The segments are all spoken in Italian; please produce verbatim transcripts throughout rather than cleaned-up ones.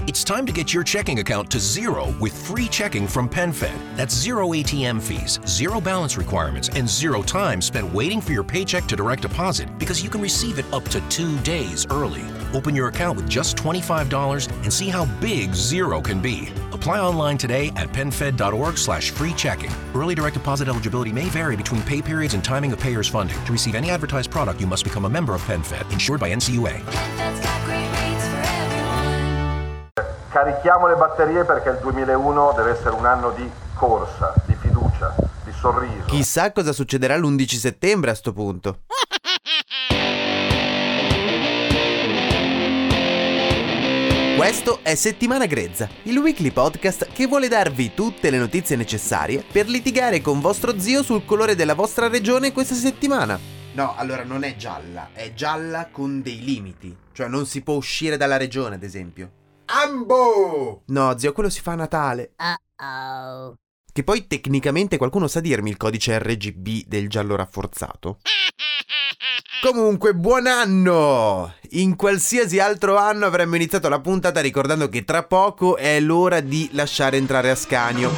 It's time to get your checking account to zero with free checking from PenFed. That's zero A T M fees, zero balance requirements, and zero time spent waiting for your paycheck to direct deposit because you can receive it up to two days early. Open your account with just twenty-five dollars and see how big zero can be. Apply online today at penfed.org slash free checking. Early direct deposit eligibility may vary between pay periods and timing of payers' funding. To receive any advertised product, you must become a member of PenFed, insured by N C U A. Carichiamo le batterie perché il duemilauno deve essere un anno di corsa, di fiducia, di sorriso. Chissà cosa succederà l'undici settembre a sto punto. Questo è Settimana Grezza, il weekly podcast che vuole darvi tutte le notizie necessarie per litigare con vostro zio sul colore della vostra regione questa settimana. No, allora non è gialla, è gialla con dei limiti. Cioè non si può uscire dalla regione, ad esempio. Ambo! No, zio, quello si fa a Natale. Uh-oh. Che poi tecnicamente qualcuno sa dirmi il codice R G B del giallo rafforzato? Comunque, buon anno! In qualsiasi altro anno avremmo iniziato la puntata ricordando che tra poco è l'ora di lasciare entrare Ascanio.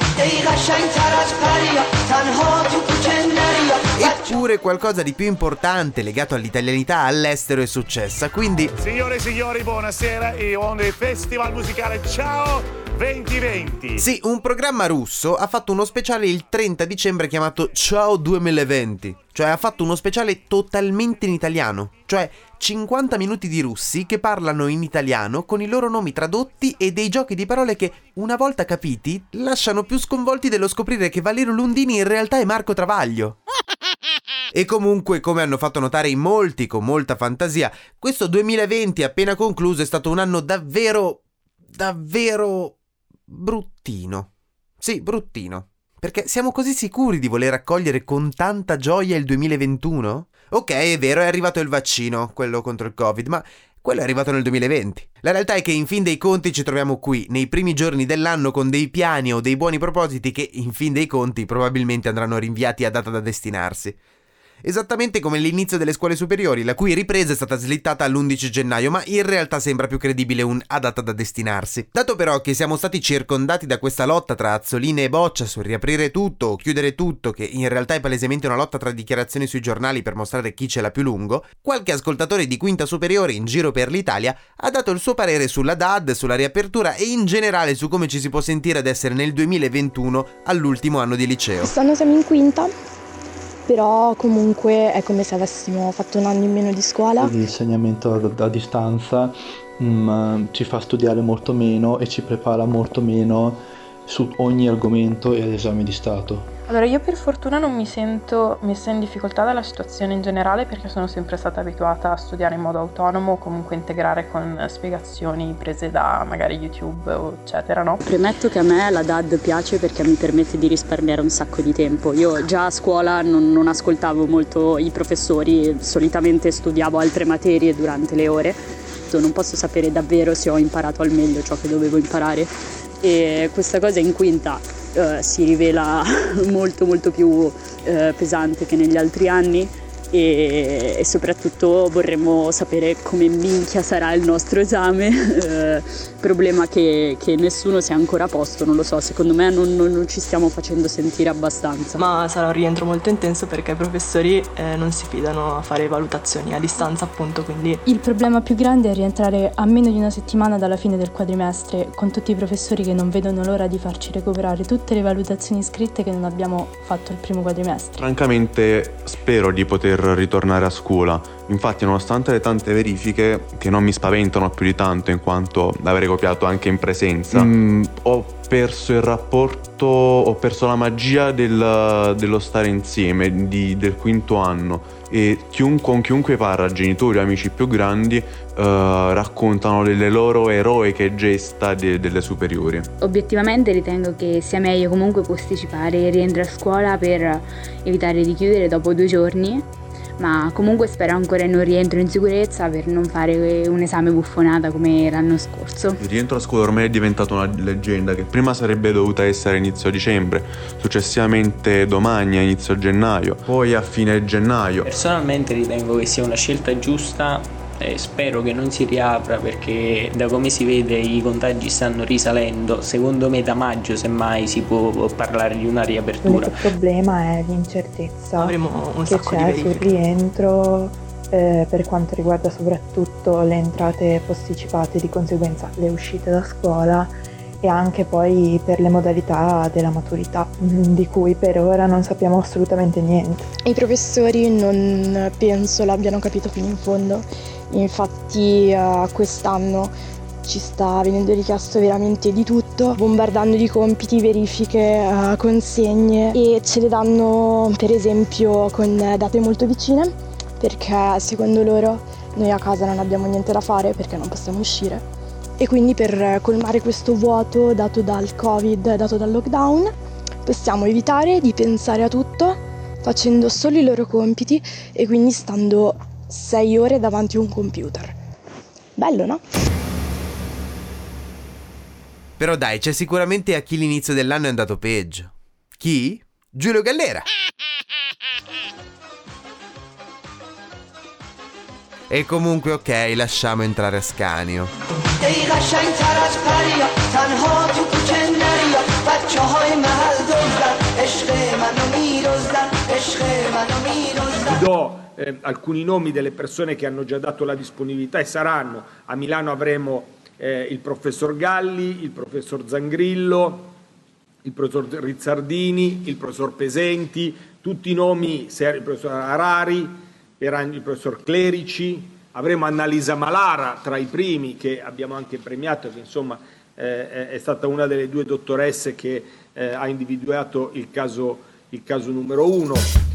Eppure qualcosa di più importante legato all'italianità all'estero è successa, quindi... Signore e signori, buonasera e on il Festival Musicale Ciao duemilaventi. Sì, un programma russo ha fatto uno speciale il trenta dicembre chiamato Ciao duemilaventi. Cioè ha fatto uno speciale totalmente in italiano. Cioè cinquanta minuti di russi che parlano in italiano con i loro nomi tradotti e dei giochi di parole che, una volta capiti, lasciano più sconvolti dello scoprire che Valerio Lundini in realtà è Marco Travaglio. E comunque, come hanno fatto notare in molti con molta fantasia, questo duemilaventi appena concluso è stato un anno davvero, davvero bruttino. Sì, bruttino. Perché siamo così sicuri di voler accogliere con tanta gioia il duemilaventuno? Ok, è vero, è arrivato il vaccino, quello contro il Covid, ma quello è arrivato nel duemilaventi. La realtà è che in fin dei conti ci troviamo qui, nei primi giorni dell'anno, con dei piani o dei buoni propositi che, in fin dei conti, probabilmente andranno rinviati a data da destinarsi. Esattamente come l'inizio delle scuole superiori, la cui ripresa è stata slittata all'undici gennaio, ma in realtà sembra più credibile un a data da destinarsi. Dato però che siamo stati circondati da questa lotta tra Azzolina e Boccia sul riaprire tutto o chiudere tutto, che in realtà è palesemente una lotta tra dichiarazioni sui giornali per mostrare chi ce l'ha più lungo, qualche ascoltatore di quinta superiore in giro per l'Italia ha dato il suo parere sulla D A D, sulla riapertura e in generale su come ci si può sentire ad essere nel duemilaventuno all'ultimo anno di liceo. Quest'anno siamo in quinta, però comunque è come se avessimo fatto un anno in meno di scuola. L'insegnamento a, a distanza mh, ci fa studiare molto meno e ci prepara molto meno su ogni argomento e all'esame di Stato. Allora, io per fortuna non mi sento messa in difficoltà dalla situazione in generale, perché sono sempre stata abituata a studiare in modo autonomo o comunque integrare con spiegazioni prese da magari YouTube o eccetera, no? Premetto che a me la D A D piace perché mi permette di risparmiare un sacco di tempo. Io già a scuola non, non ascoltavo molto i professori, solitamente studiavo altre materie durante le ore. Non posso sapere davvero se ho imparato al meglio ciò che dovevo imparare, e questa cosa in quinta uh, si rivela molto molto più uh, pesante che negli altri anni, e, e soprattutto vorremmo sapere come minchia sarà il nostro esame, uh, problema che, che nessuno si è ancora posto. Non lo so, secondo me non, non, non ci stiamo facendo sentire abbastanza. Ma sarà un rientro molto intenso perché i professori eh, non si fidano a fare valutazioni a distanza, appunto, quindi... Il problema più grande è rientrare a meno di una settimana dalla fine del quadrimestre, con tutti i professori che non vedono l'ora di farci recuperare tutte le valutazioni scritte che non abbiamo fatto il primo quadrimestre. Francamente spero di poter ritornare a scuola. Infatti, nonostante le tante verifiche che non mi spaventano più di tanto in quanto avrei copiato anche in presenza, mm, ho perso il rapporto, ho perso la magia del, dello stare insieme, di, del quinto anno, e chiunque, con chiunque parla, genitori o amici più grandi, eh, raccontano delle loro eroiche gesta de, delle superiori. Obiettivamente ritengo che sia meglio comunque posticipare il rientro a scuola per evitare di chiudere dopo due giorni, ma comunque spero ancora in un rientro in sicurezza per non fare un esame buffonata come l'anno scorso. Il rientro a scuola ormai è diventato una leggenda che prima sarebbe dovuta essere a inizio dicembre, successivamente domani a inizio gennaio, poi a fine gennaio. Personalmente ritengo che sia una scelta giusta e spero che non si riapra, perché da come si vede i contagi stanno risalendo. Secondo me da maggio semmai si può parlare di una riapertura. Il problema è l'incertezza Avremo un che sacco c'è di sul rientro eh, per quanto riguarda soprattutto le entrate posticipate, di conseguenza le uscite da scuola, e anche poi per le modalità della maturità, di cui per ora non sappiamo assolutamente niente. I professori non penso l'abbiano capito fino in fondo, infatti uh, quest'anno ci sta venendo richiesto veramente di tutto, bombardando di compiti, verifiche, uh, consegne, e ce le danno per esempio con date molto vicine, perché secondo loro noi a casa non abbiamo niente da fare perché non possiamo uscire. E quindi per colmare questo vuoto dato dal Covid, dato dal lockdown, possiamo evitare di pensare a tutto facendo solo i loro compiti e quindi stando sei ore davanti a un computer. Bello, no? Però dai, c'è sicuramente a chi l'inizio dell'anno è andato peggio. Chi? Giulio Gallera. E comunque ok, lasciamo entrare Ascanio. Vi do eh, alcuni nomi delle persone che hanno già dato la disponibilità e saranno: a Milano avremo eh, il professor Galli, il professor Zangrillo, il professor Rizzardini, il professor Pesenti, tutti i nomi, il professor Arari, il professor Clerici, avremo Annalisa Malara tra i primi, che abbiamo anche premiato, che insomma eh, è stata una delle due dottoresse che eh, ha individuato il caso, il caso numero uno.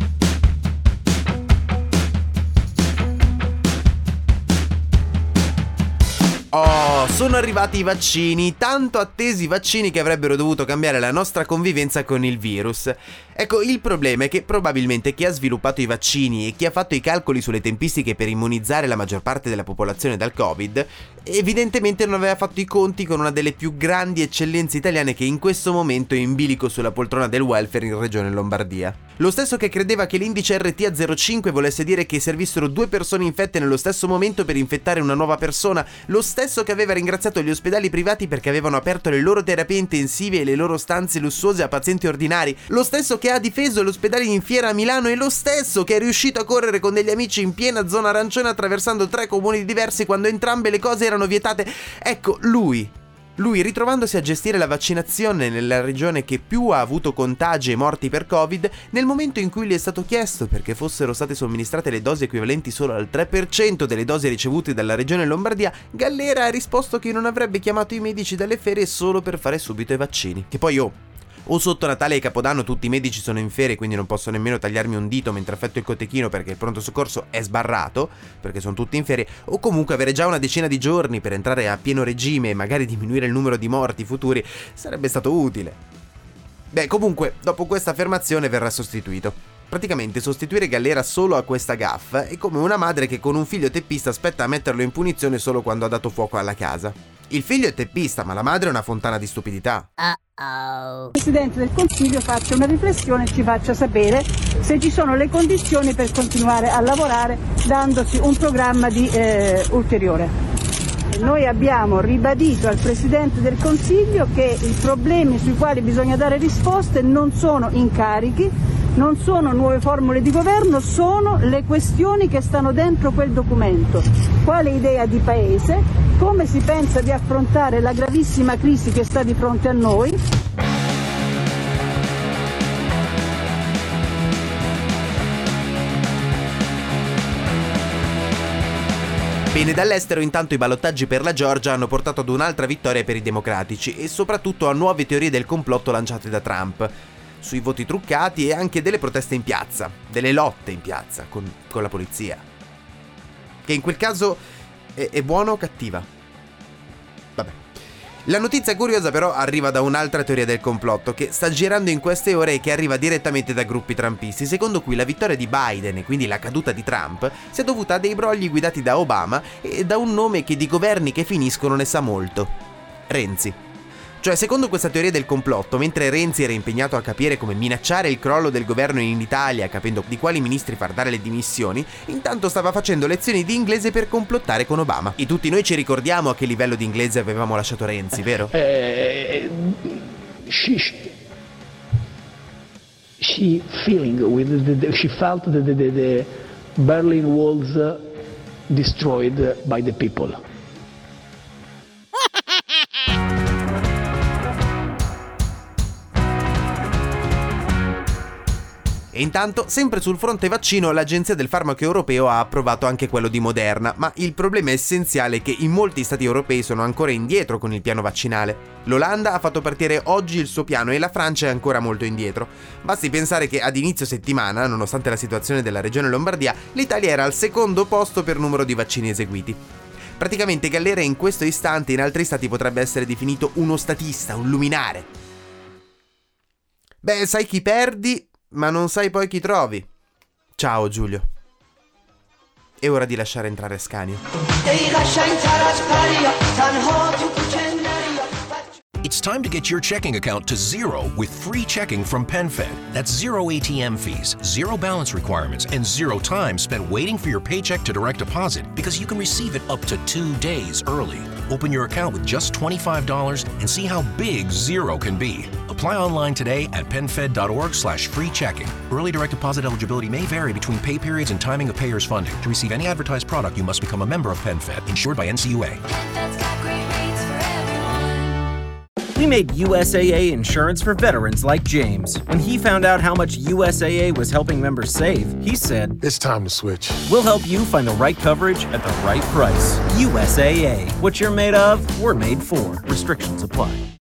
Oh, sono arrivati i vaccini, tanto attesi vaccini che avrebbero dovuto cambiare la nostra convivenza con il virus. Ecco, il problema è che probabilmente chi ha sviluppato i vaccini e chi ha fatto i calcoli sulle tempistiche per immunizzare la maggior parte della popolazione dal Covid, evidentemente non aveva fatto i conti con una delle più grandi eccellenze italiane che in questo momento è in bilico sulla poltrona del welfare in regione Lombardia. Lo stesso che credeva che l'indice R T A zero cinque volesse dire che servissero due persone infette nello stesso momento per infettare una nuova persona, lo stesso che aveva ringraziato gli ospedali privati perché avevano aperto le loro terapie intensive e le loro stanze lussuose a pazienti ordinari, lo stesso che ha difeso l'ospedale in Fiera a Milano e lo stesso che è riuscito a correre con degli amici in piena zona arancione attraversando tre comuni diversi quando entrambe le cose erano vietate. Ecco, lui Lui, ritrovandosi a gestire la vaccinazione nella regione che più ha avuto contagi e morti per Covid, nel momento in cui gli è stato chiesto perché fossero state somministrate le dosi equivalenti solo al tre per cento delle dosi ricevute dalla regione Lombardia, Gallera ha risposto che non avrebbe chiamato i medici dalle ferie solo per fare subito i vaccini. Che poi, oh, o sotto Natale e Capodanno tutti i medici sono in ferie, quindi non posso nemmeno tagliarmi un dito mentre affetto il cotechino perché il pronto soccorso è sbarrato, perché sono tutti in ferie, o comunque avere già una decina di giorni per entrare a pieno regime e magari diminuire il numero di morti futuri sarebbe stato utile. Beh, comunque, dopo questa affermazione verrà sostituito. Praticamente sostituire Gallera solo a questa gaffa è come una madre che con un figlio teppista aspetta a metterlo in punizione solo quando ha dato fuoco alla casa. Il figlio è teppista, ma la madre è una fontana di stupidità. Il Presidente del Consiglio faccia una riflessione e ci faccia sapere se ci sono le condizioni per continuare a lavorare dandosi un programma di eh, ulteriore. Noi abbiamo ribadito al Presidente del Consiglio che i problemi sui quali bisogna dare risposte non sono incarichi, non sono nuove formule di governo, sono le questioni che stanno dentro quel documento. Quale idea di paese, come si pensa di affrontare la gravissima crisi che sta di fronte a noi. Bene, dall'estero intanto i ballottaggi per la Georgia hanno portato ad un'altra vittoria per i democratici e soprattutto a nuove teorie del complotto lanciate da Trump sui voti truccati e anche delle proteste in piazza, delle lotte in piazza con, con la polizia. Che in quel caso è, è buona o cattiva? Vabbè. La notizia curiosa però arriva da un'altra teoria del complotto che sta girando in queste ore e che arriva direttamente da gruppi trumpisti, secondo cui la vittoria di Biden e quindi la caduta di Trump sia dovuta a dei brogli guidati da Obama e da un nome che di governi che finiscono ne sa molto: Renzi. Cioè, secondo questa teoria del complotto, mentre Renzi era impegnato a capire come minacciare il crollo del governo in Italia, capendo di quali ministri far dare le dimissioni, intanto stava facendo lezioni di inglese per complottare con Obama. E tutti noi ci ricordiamo a che livello di inglese avevamo lasciato Renzi, vero? Uh, she, she feeling with the, the, she felt the, the, the, the Berlin walls destroyed by the people. E intanto, sempre sul fronte vaccino, l'Agenzia del Farmaco Europeo ha approvato anche quello di Moderna, ma il problema essenziale è che in molti stati europei sono ancora indietro con il piano vaccinale. L'Olanda ha fatto partire oggi il suo piano e la Francia è ancora molto indietro. Basti pensare che ad inizio settimana, nonostante la situazione della regione Lombardia, l'Italia era al secondo posto per numero di vaccini eseguiti. Praticamente Gallera in questo istante in altri stati potrebbe essere definito uno statista, un luminare. Beh, sai chi perdi, ma non sai poi chi trovi. Ciao Giulio. È ora di lasciare entrare Ascanio. It's time to get your checking account to zero with free checking from PenFed. That's zero A T M fees, zero balance requirements, and zero time spent waiting for your paycheck to direct deposit because you can receive it up to two days early. Open your account with just twenty-five dollars and see how big zero can be. Apply online today at penfed.org slash free checking. Early direct deposit eligibility may vary between pay periods and timing of payer's funding. To receive any advertised product, you must become a member of PenFed, insured by N C U A. We made U S A A insurance for veterans like James. When he found out how much U S A A was helping members save, he said, "It's time to switch. We'll help you find the right coverage at the right price. U S A A. What you're made of, we're made for. Restrictions apply."